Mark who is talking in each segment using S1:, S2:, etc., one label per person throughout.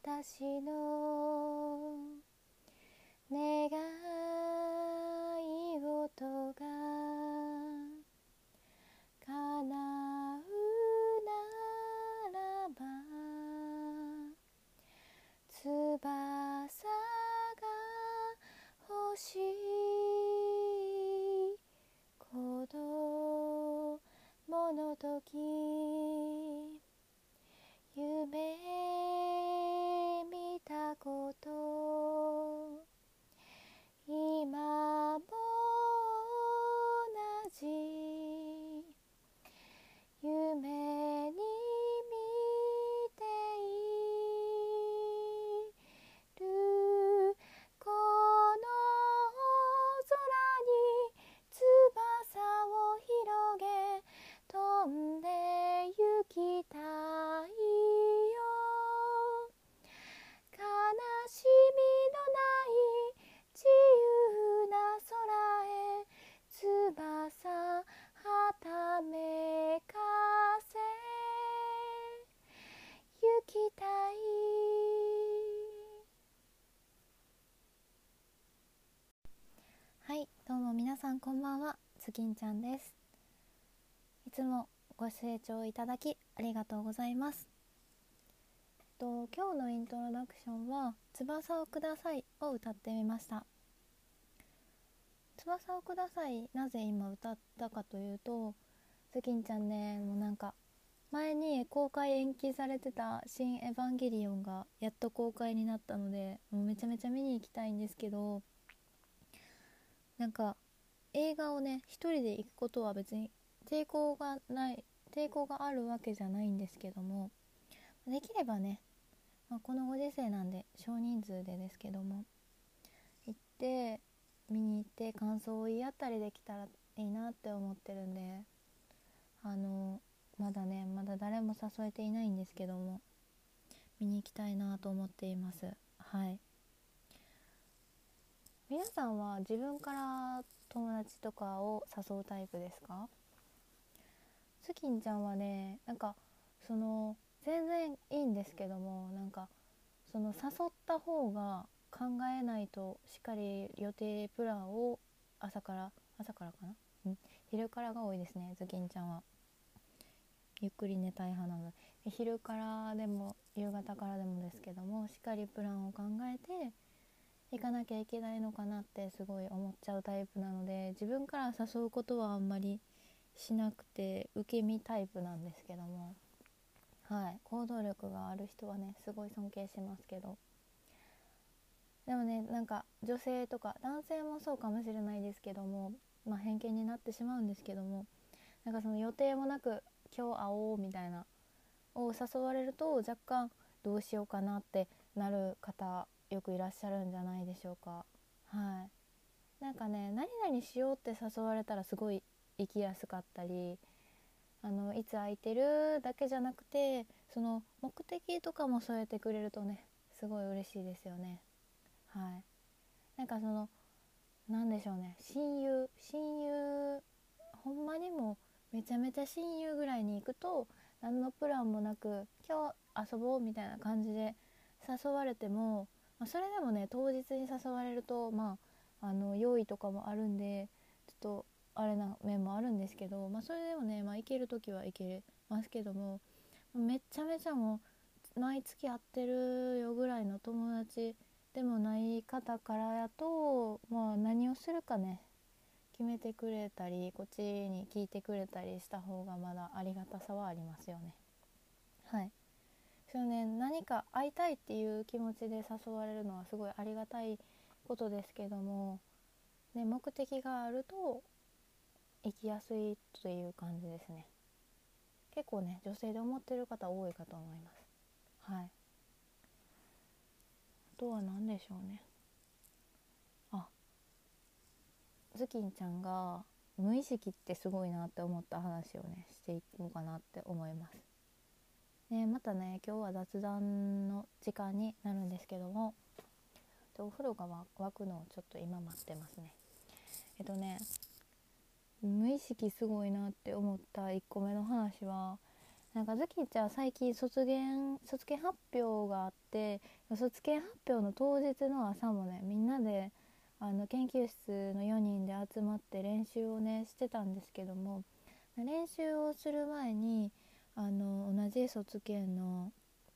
S1: 私の願い事が叶うならば、翼が欲しい子供の時、夢見たこと今も同じ、夢に見ているこの空に翼を広げ飛んで行きたいよ、悲しみのない自由な空へ翼はためかせ行きたい。はい、どうも皆さんこんばんは、つきんちゃんです。いつもご清聴いただきありがとうございます。今日のイントロダクションは翼をくださいを歌ってみました。翼をください、なぜ今歌ったかというと、つきんちゃんね、もうなんか前に公開延期されてた新エヴァンゲリオンがやっと公開になったので、もうめちゃめちゃ見に行きたいんですけど、なんか映画をね一人で行くことは別に抵抗があるわけじゃないんですけども、できればね、このご時世なんで少人数でですけども行って見に行って感想を言い合ったりできたらいいなって思ってるんで、まだ誰も誘えていないんですけども、見に行きたいなと思っています。はい。皆さんは自分から友達とかを誘うタイプですか？スキンちゃんはね、なんか全然いいんですけども、なんか誘った方が考えないとしっかり予定プランを朝からかな、昼からが多いですね。ズキンちゃんはゆっくり寝たい派なので、昼からでも夕方からでもですけども、しっかりプランを考えて行かなきゃいけないのかなってすごい思っちゃうタイプなので、自分から誘うことはあんまりしなくて受け身タイプなんですけども、はい、行動力がある人はねすごい尊敬しますけど、でもね、なんか女性とか男性もそうかもしれないですけども、偏見になってしまうんですけども、なんかその予定もなく今日会おうみたいなを誘われると若干どうしようかなってなる方よくいらっしゃるんじゃないでしょうか。はい。なんかね、何々しようって誘われたらすごい行きやすかったり、いつ空いてるだけじゃなくて、その目的とかも添えてくれるとねすごい嬉しいですよね。はい。なんかなんでしょうね、親友ほんまにもめちゃめちゃ親友ぐらいに行くと、何のプランもなく今日遊ぼうみたいな感じで誘われても、それでもね当日に誘われると用意とかもあるんでちょっとあれな面もあるんですけど、それでもね、行ける時は行けますけども、めちゃめちゃもう毎月会ってるよぐらいの友達でもない方からやと、何をするかね決めてくれたり、こっちに聞いてくれたりした方がまだありがたさはありますよね。はい。そうね、何か会いたいっていう気持ちで誘われるのはすごいありがたいことですけども、ね、目的があると行きやすいという感じですね。結構ね、女性で思ってる方多いかと思います。はい。あとは何でしょうね。ズキンちゃんが無意識ってすごいなって思った話をねしていこうかなって思います。またね、今日は雑談の時間になるんですけども、お風呂が沸くのをちょっと今待ってますね。無意識すごいなって思った1個目の話は、 なんかズキちゃん最近卒検発表があって、卒検発表の当日の朝もねみんなで研究室の4人で集まって練習をねしてたんですけども、練習をする前に同じ卒検の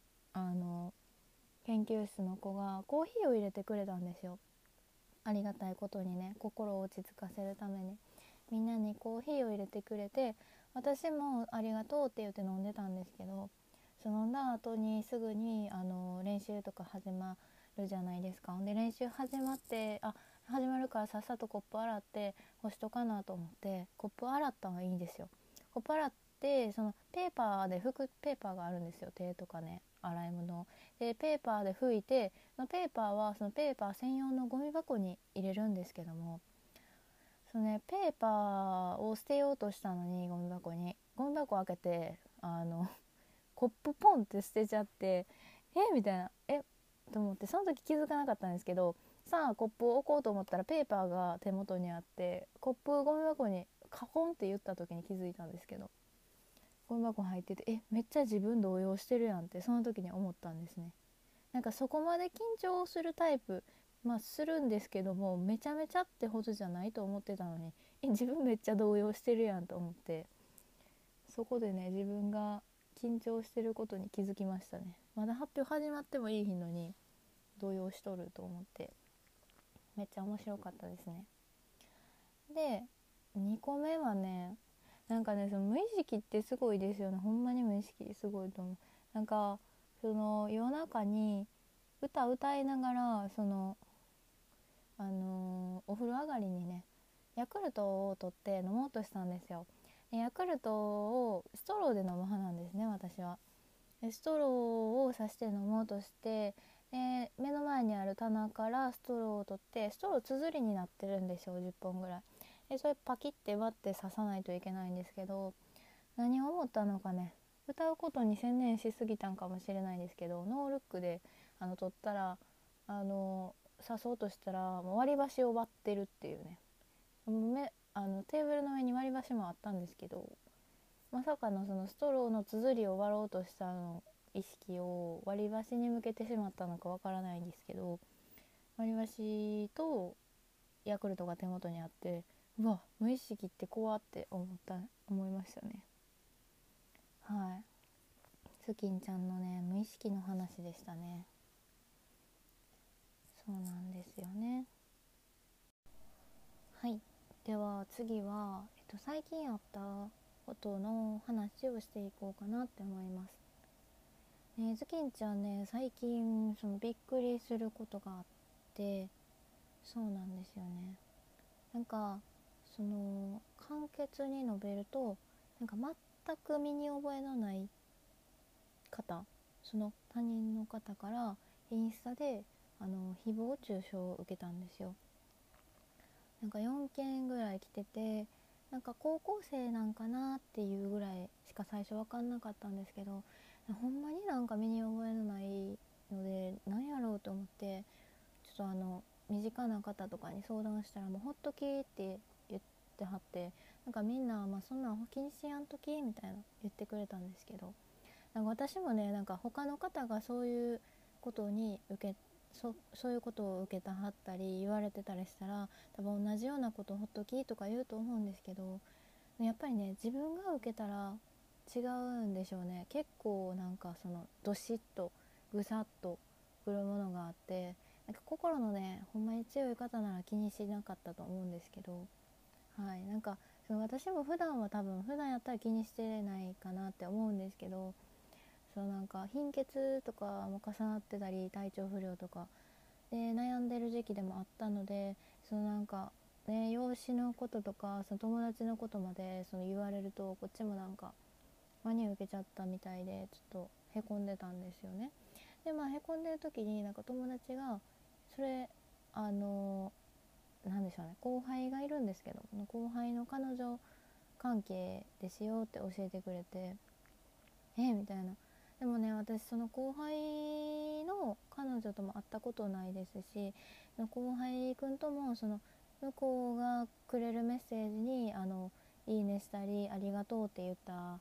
S1: 研究室の子がコーヒーを入れてくれたんですよ。ありがたいことにね、心を落ち着かせるためにみんなにコーヒーを入れてくれて、私もありがとうって言って飲んでたんですけど、その飲んだ後にすぐに練習とか始まるじゃないですか。で練習始まって、始まるからさっさとコップ洗って干しとかなと思ってコップ洗ったのがいいんですよ。コップ洗って、そのペーパーで拭くペーパーがあるんですよ。手とかね、洗い物でペーパーで拭いて、そのペーパーはそのペーパー専用のゴミ箱に入れるんですけども、そのねペーパーを捨てようとしたのにゴミ箱開けてコップポンって捨てちゃって、みたいな、と思って、その時気づかなかったんですけど、さあコップを置こうと思ったらペーパーが手元にあって、コップゴミ箱にカコンって言った時に気づいたんですけど、ゴミ箱入ってて、めっちゃ自分動揺してるやんってその時に思ったんですね。なんかそこまで緊張するタイプ、するんですけども、めちゃめちゃってほどじゃないと思ってたのに、自分めっちゃ動揺してるやんと思って、そこでね自分が緊張してることに気づきましたね。まだ発表始まってもいいのに動揺しとると思って、めっちゃ面白かったですね。で2個目はね、なんかねその無意識ってすごいですよね。ほんまに無意識すごいと思う。なんかその夜中に歌いながら、お風呂上がりにねヤクルトを取って飲もうとしたんですよ。でヤクルトをストローで飲む派なんですね、私は。でストローをさして飲もうとして、目の前にある棚からストローを取って、ストローつづりになってるんですよ、10本ぐらい。でそれパキッて割って刺さないといけないんですけど、何を思ったのかね、歌うことに専念しすぎたんかもしれないですけど、ノールックで取ったら刺そうとしたらもう割り箸を割ってるっていうね。テーブルの上に割り箸もあったんですけど、まさかのそのストローのつづりを割ろうとしたの意識を割り箸に向けてしまったのかわからないんですけど、割り箸とヤクルトが手元にあって、うわ無意識って怖って思いましたね。はい、スキンちゃんのね無意識の話でしたね。そうなんですよね。はい、では次は、最近あったことの話をしていこうかなって思います。ズキンちゃんね最近そのびっくりすることがあって、そうなんですよね。なんかその簡潔に述べると、なんか全く身に覚えのない方、その他人の方からインスタで誹謗中傷を受けたんですよ。なんか4件ぐらい来てて、なんか高校生なんかなっていうぐらいしか最初分かんなかったんですけど、ほんまになんか身に覚えのないので何やろうと思って、ちょっと身近な方とかに相談したら、もうほっときって言ってはって、なんかみんな、そんなん気にしやんときみたいな言ってくれたんですけど、なんか私もね、なんか他の方がそういうことにそういうことを受けたはったり言われてたりしたら、多分同じようなことをほっときとか言うと思うんですけど、やっぱりね自分が受けたら違うんでしょうね。結構なんかそのどしっとぐさっとくるものがあって、なんか心のねほんまに強い方なら気にしなかったと思うんですけど、はい、なんかその私も普段やったら気にしてないかなって思うんですけど、そうなんか貧血とかも重なってたり、体調不良とかで悩んでる時期でもあったので、そのなんかね養子のこととかその友達のことまでその言われると、こっちもなんか真に受けちゃったみたいで、ちょっとへこんでたんですよね。でへこんでる時になんか友達がそれなんでしょうね、後輩がいるんですけど、この後輩の彼女関係ですよって教えてくれて、みたいな。でもね、私その後輩の彼女とも会ったことないですし、後輩くんともその向こうがくれるメッセージにいいねしたりありがとうって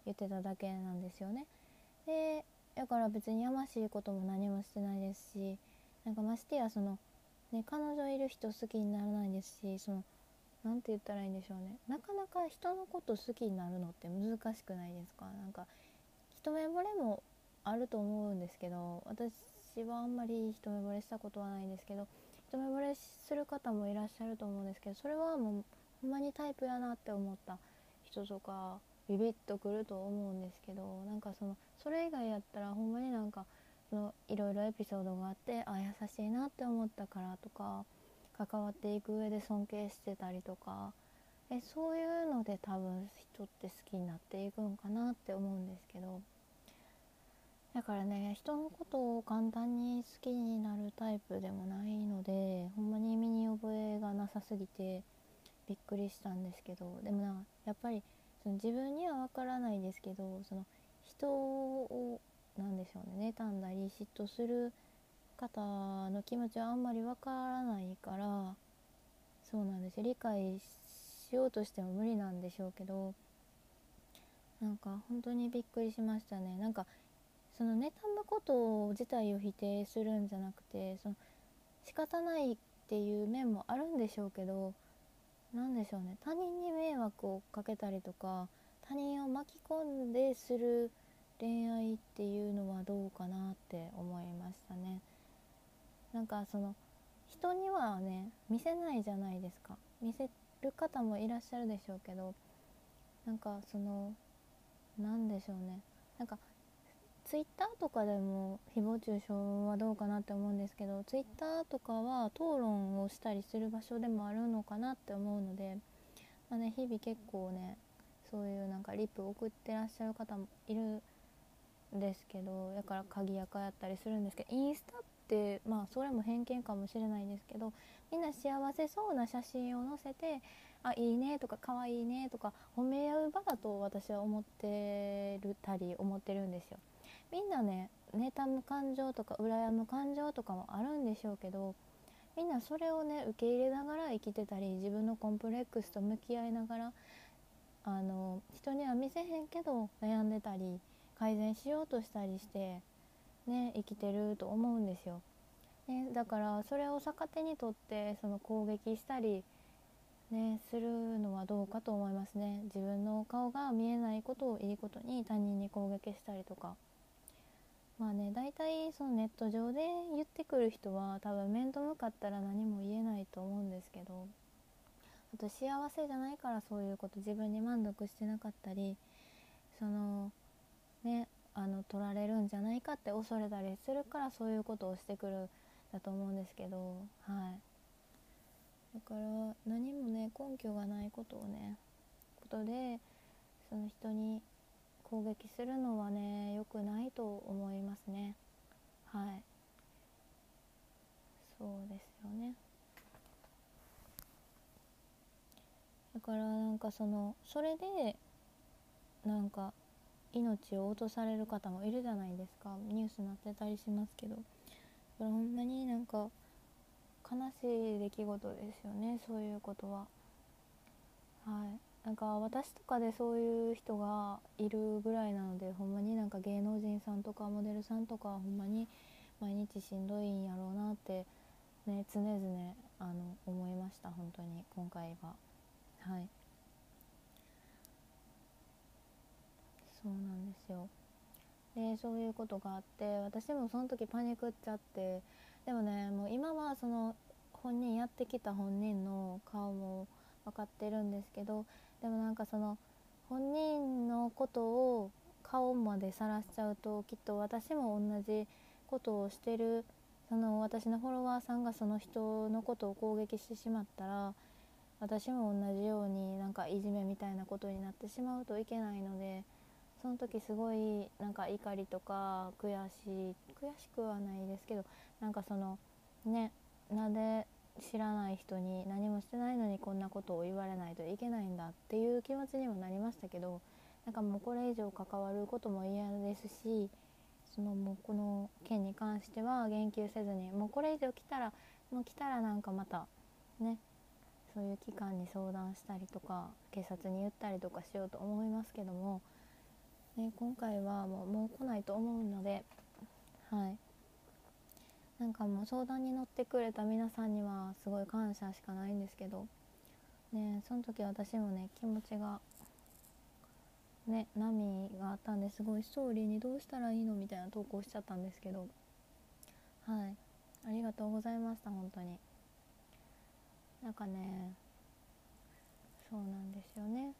S1: 言ってただけなんですよね。でだから別にやましいことも何もしてないですし、なんかましてやその、ね、彼女いる人好きにならないですし、そのなんて言ったらいいんでしょうね、なかなか人のこと好きになるのって難しくないですか。なんか一目惚れもあると思うんですけど、私はあんまり一目惚れしたことはないんですけど、一目惚れする方もいらっしゃると思うんですけど、それはもうほんまにタイプやなって思った人とかビビッとくると思うんですけど、なんかそれ以外やったらほんまになんかいろいろエピソードがあって、あ、優しいなって思ったからとか、関わっていく上で尊敬してたりとか、そういうので多分人って好きになっていくんかなって思うんですけど、だからね、人のことを簡単に好きになるタイプでもないので、ほんまに身に覚えがなさすぎてびっくりしたんですけど、でもやっぱりその自分にはわからないですけど、その人をなんでしょうね、妬んだり嫉妬する方の気持ちはあんまりわからないから、そうなんですよ、理解しようとしても無理なんでしょうけど、なんか本当にびっくりしましたね。なんかその妬むこと自体を否定するんじゃなくて、その仕方ないっていう面もあるんでしょうけど、なんでしょうね、他人に迷惑をかけたりとか他人を巻き込んでする恋愛っていうのはどうかなって思いましたね。なんかその人にはね見せないじゃないですか。見せる方もいらっしゃるでしょうけど、なんかなんでしょうね、なんかツイッターとかでも誹謗中傷はどうかなって思うんですけど、ツイッターとかは討論をしたりする場所でもあるのかなって思うので、日々結構ね、そういうなんかリプを送ってらっしゃる方もいるんですけど、だから鍵垢やったりするんですけど、インスタってそれも偏見かもしれないですけど、みんな幸せそうな写真を載せて、あ、いいねとか可愛いねとか褒め合う場だと私は思ってるんですよ。みんなね、妬む感情とか羨む感情とかもあるんでしょうけど、みんなそれをね受け入れながら生きてたり、自分のコンプレックスと向き合いながら、人には見せへんけど悩んでたり改善しようとしたりしてね、生きてると思うんですよ、ね、だからそれを逆手にとって攻撃したりねするのはどうかと思いますね。自分の顔が見えないことをいいことに他人に攻撃したりとか、大体そのネット上で言ってくる人は多分面と向かったら何も言えないと思うんですけど、あと幸せじゃないからそういうこと、自分に満足してなかったり、そのね取られるんじゃないかって恐れたりするからそういうことをしてくるだと思うんですけど、はい、だから何もね根拠がないことでその人に攻撃するのはね良くないと思いますね。はい、そうですよね。だからそれでなんか命を落とされる方もいるじゃないですか。ニュースになってたりしますけど、だからほんまになんか悲しい出来事ですよね、そういうことは。はい、なんか私とかでそういう人がいるぐらいなので、ほんまになんか芸能人さんとかモデルさんとかほんまに毎日しんどいんやろうなってね、常々思いました。本当に今回は。はい、そうなんですよ。でそういうことがあって、私もその時パニクっちゃって、でもね、もう今はやってきた本人の顔も分かってるんですけど、でもなんか本人のことを顔まで晒しちゃうと、きっと私も同じことをしてる、私のフォロワーさんがその人のことを攻撃してしまったら、私も同じようになんかいじめみたいなことになってしまうといけないので、その時すごいなんか怒りとか悔しくはないですけど、なんかね、なんで知らない人に何もしてないのにこんなことを言われないといけないんだっていう気持ちにもなりましたけど、なんかもうこれ以上関わることも嫌ですし、もうこの件に関しては言及せずに、もうこれ以上来たらなんかまたね、そういう機関に相談したりとか警察に言ったりとかしようと思いますけども、 ね、今回はもう来ないと思うので、はい、なんかもう相談に乗ってくれた皆さんにはすごい感謝しかないんですけどね、その時私もね気持ちがね波があったんで、すごいストーリーにどうしたらいいのみたいな投稿しちゃったんですけど、はい、ありがとうございました。本当になんかね、そうなんですよね。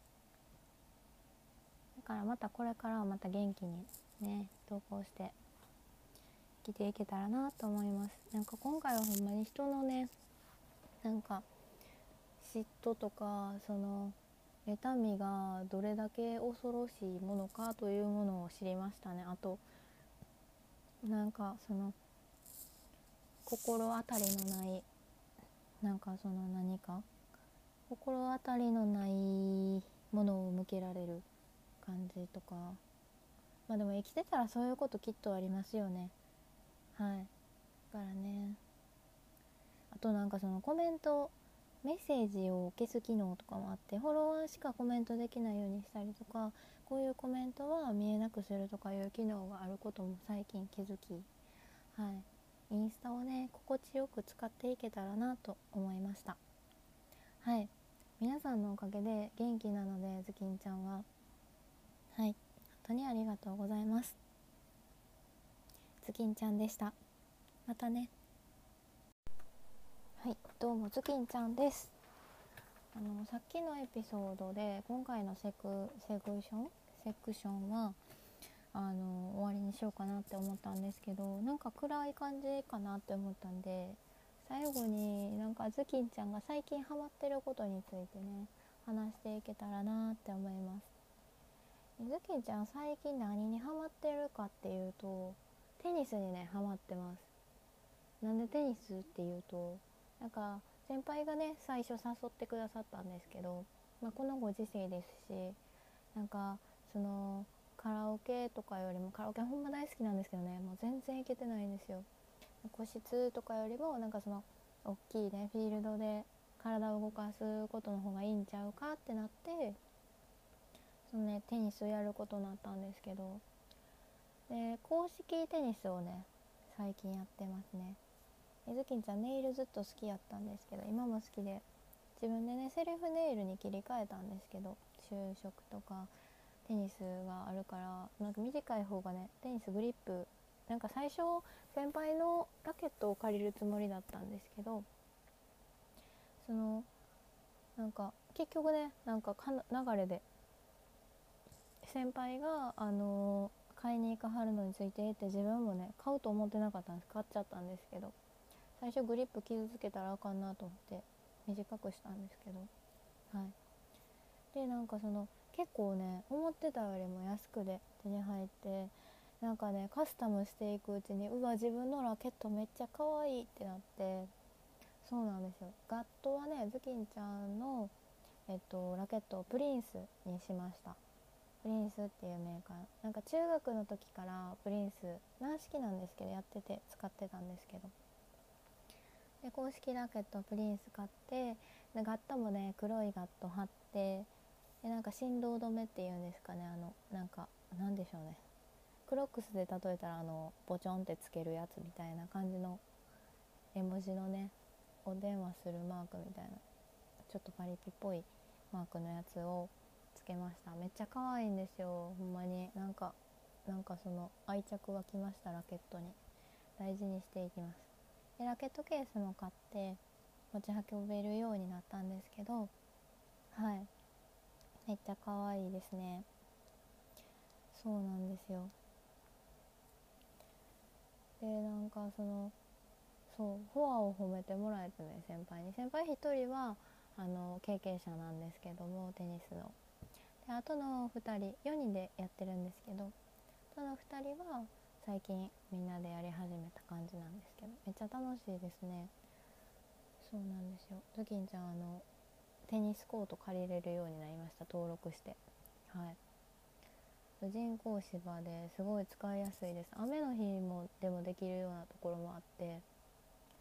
S1: だからまたこれからはまた元気にね投稿して生きていけたらなと思います。なんか今回はほんまに人のね、なんか嫉妬とかその妬みがどれだけ恐ろしいものかというものを知りましたね。あとなんかその心当たりのない、なんかその何か心当たりのないものを向けられる感じとか、まあでも生きてたらそういうこときっとありますよね。はい、だからね、あとなんかそのコメントメッセージを消す機能とかもあって、フォロワーしかコメントできないようにしたりとか、こういうコメントは見えなくするとかいう機能があることも最近気づき、はい、インスタをね心地よく使っていけたらなと思いました。はい、皆さんのおかげで元気なので、ズキンちゃんは、はい、本当にありがとうございます。ズキンちゃんでした。またね。はい、どうもズキンちゃんです。さっきのエピソードで今回のセクションは終わりにしようかなって思ったんですけど、なんか暗い感じかなって思ったんで、最後になんかズキンちゃんが最近ハマってることについてね話していけたらなって思います。ズキンちゃん最近何にハマってるかっていうと、テニスにねハマってます。なんでテニスっていうと、なんか先輩がね最初誘ってくださったんですけど、このご時世ですし、なんかそのカラオケとかよりも、カラオケほんま大好きなんですけどね、もう全然行けてないんですよ。個室とかよりもなんかその大きいねフィールドで体を動かすことの方がいいんちゃうかってなって、そのねテニスをやることになったんですけど、で公式テニスをね最近やってますね。ズキンちゃんネイルずっと好きやったんですけど、今も好きで自分でねセルフネイルに切り替えたんですけど、就職とかテニスがあるから、なんか短い方がねテニスグリップ、なんか最初先輩のラケットを借りるつもりだったんですけど、そのなんか結局ねなんか流れで先輩が買いに行かはるのについてって自分もね買うと思ってなかったんです。買っちゃったんですけど、最初グリップ傷つけたらあかんなと思って短くしたんですけど、はい、でなんかその結構ね思ってたよりも安くで手に入って、なんかねカスタムしていくうちに、うわ自分のラケットめっちゃ可愛いってなって、そうなんですよ。ガットはねズキンちゃんのラケットをプリンスにしました。プリンスっていうメーカー、なんか中学の時からプリンス軟式なんですけどやってて使ってたんですけど、で公式ラケットプリンス買って、でガットもね黒いガット貼って、でなんか振動止めっていうんですかね、なんかなんでしょうね、クロックスで例えたらボチョンってつけるやつみたいな感じの絵文字のねお電話するマークみたいな、ちょっとパリピっぽいマークのやつをつけました。めっちゃ可愛いんですよほんまに。なんかその愛着がきました。ラケットに大事にしていきます。でラケットケースも買って持ち運べるようになったんですけど、はい、めっちゃ可愛いですね。そうなんですよ。でなんかそのそうフォアを褒めてもらえてね、先輩一人は経験者なんですけども、テニスの。であとの2人4人でやってるんですけど、あとの2人は最近みんなでやり始めた感じなんですけど、めっちゃ楽しいですね。そうなんですよ。ズキンちゃんテニスコート借りれるようになりました、登録して。はい、人工芝ですごい使いやすいです。雨の日もでもできるようなところもあって、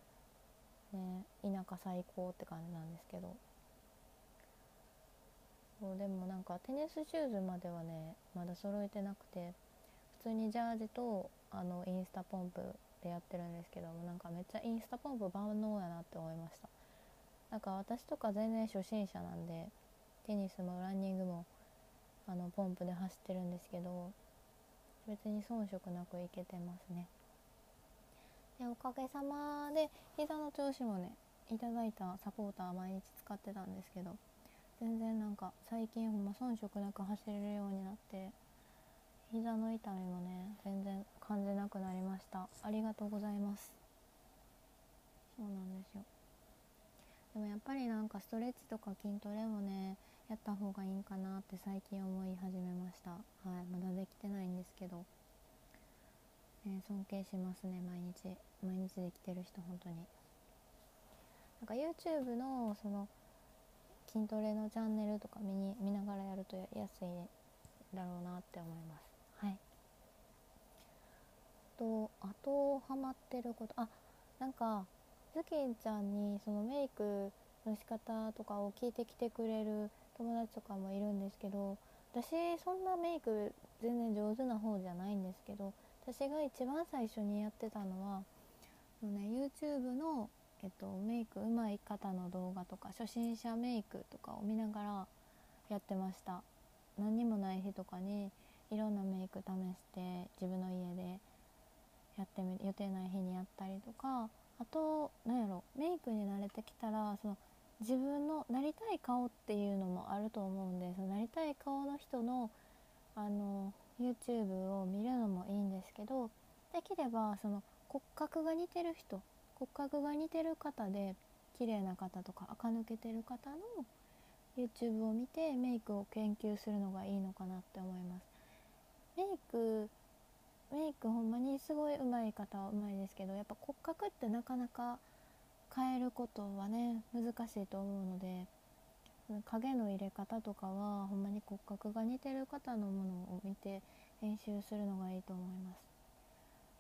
S1: ね、田舎最高って感じなんですけど、 そうでもなんかテニスシューズまではねまだ揃えてなくて、普通にジャージとインスタポンプでやってるんですけども、なんかめっちゃインスタポンプ万能やなって思いました。なんか私とか全然初心者なんで、テニスもランニングもポンプで走ってるんですけど、別に遜色なくいけてますね。でおかげさまで膝の調子もね、いただいたサポーター毎日使ってたんですけど、全然なんか最近ほんま遜色なく走れるようになって、膝の痛みもね全然感じなくなりました。ありがとうございます。そうなんですよ。でもやっぱりなんかストレッチとか筋トレもねやった方がいいんかなって最近思い始めました。はい、まだできてないんですけど、尊敬しますね。毎日できてる人本当に。なんか YouTube のその筋トレのチャンネルとか見ながらやるとやりやすいだろうなって思います。はい。あとハマってること、なんかズキンちゃんにそのメイクの仕方とかを聞いてきてくれる友達とかもいるんですけど、私そんなメイク全然上手な方じゃないんですけど、私が一番最初にやってたのはYouTube の、メイク上手い方の動画とか初心者メイクとかを見ながらやってました。何にもない日とかにいろんなメイク試して自分の家でやってみる、予定ない日にやったりとか、あとなんやろ、メイクに慣れてきたらその自分のなりたい顔っていうのもあると思うんで、そのなりたい顔の人のYouTube を見るのもいいんですけど、できればその骨格が似てる人、骨格が似てる方で綺麗な方とか垢抜けてる方の YouTube を見てメイクを研究するのがいいのかなって思います。メイクほんまにすごい上手い方は上手いですけど、やっぱ骨格ってなかなか変えることはね難しいと思うので、影の入れ方とかはほんまに骨格が似てる方のものを見て練習するのがいいと思います。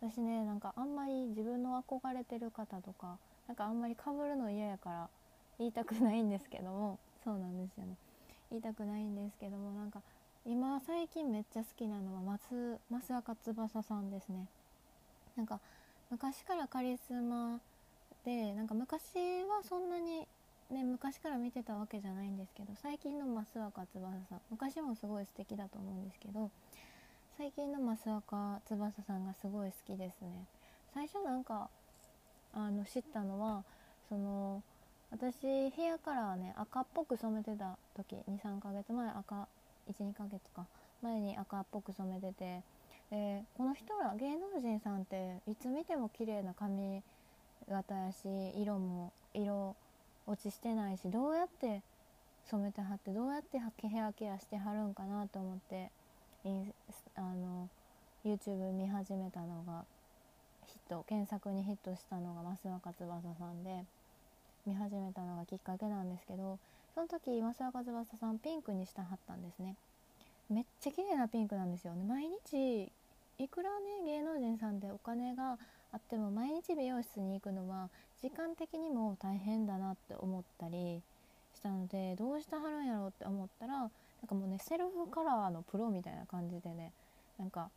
S1: 私ね、なんかあんまり自分の憧れてる方とかなんかあんまり被るの嫌やから言いたくないんですけども、そうなんですよね、言いたくないんですけども、なんか今最近めっちゃ好きなのは増若翼さんですね。なんか昔からカリスマで、なんか昔はそんなにね昔から見てたわけじゃないんですけど、最近の増若翼さん、昔もすごい素敵だと思うんですけど、最近の増若翼さんがすごい好きですね。最初なんか知ったのは、その私ヘアカラーね赤っぽく染めてた時、23ヶ月前、12ヶ月か前に赤っぽく染めてて、でこの人ら芸能人さんっていつ見ても綺麗な髪型やし、色落ちしてないし、どうやって染めてはって、どうやってヘアケアしてはるんかなと思って、YouTube 見始めたのが検索にヒットしたのが増若翼さんで、見始めたのがきっかけなんですけど、その時増若翼さんピンクにしたはったんですね。めっちゃ綺麗なピンクなんですよね。毎日いくらね芸能人さんでお金があっても毎日美容室に行くのは時間的にも大変だなって思ったりしたので、どうしてはるんやろうって思ったら、なんかもうねセルフカラーのプロみたいな感じでね、なんか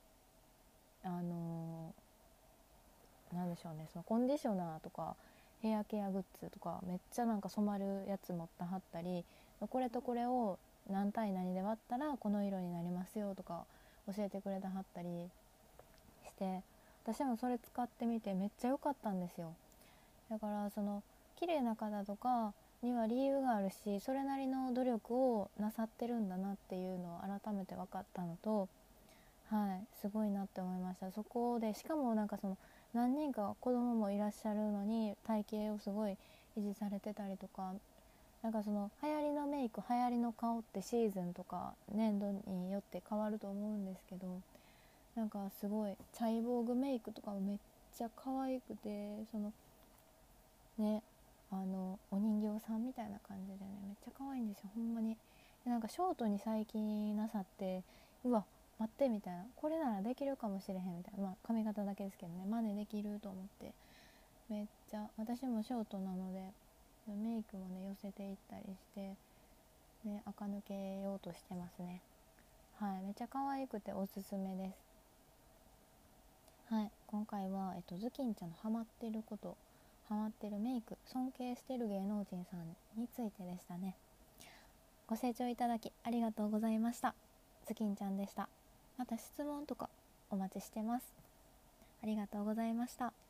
S1: なんでしょうね、そのコンディショナーとかヘアケアグッズとかめっちゃなんか染まるやつ持ってはったり、これとこれを何対何で割ったらこの色になりますよとか教えてくれてはったりして、私もそれ使ってみてめっちゃ良かったんですよ。だからその綺麗な方とかには理由があるし、それなりの努力をなさってるんだなっていうのを改めて分かったのと、はい、すごいなって思いました。そこでしかもなんかその何人か子供もいらっしゃるのに体型をすごい維持されてたりとか、なんかその流行りのメイク、流行りの顔ってシーズンとか年度によって変わると思うんですけど、なんかすごいチャイボーグメイクとかもめっちゃ可愛くて、そのねお人形さんみたいな感じでねめっちゃ可愛いんですよほんまに。でなんかショートに最近なさって、うわ待ってみたいな、これならできるかもしれへんみたいな、まあ髪型だけですけどね、真似できると思って、めっちゃ私もショートなのでメイクもね寄せていったりして、 ね、垢抜けようとしてますね。はい、めっちゃ可愛くておすすめです。はい、今回は、ズキンちゃんのハマってること、ハマってるメイク、尊敬してる芸能人さんについてでしたね。ご清聴いただきありがとうございました。ズキンちゃんでした。また質問とかお待ちしてます。ありがとうございました。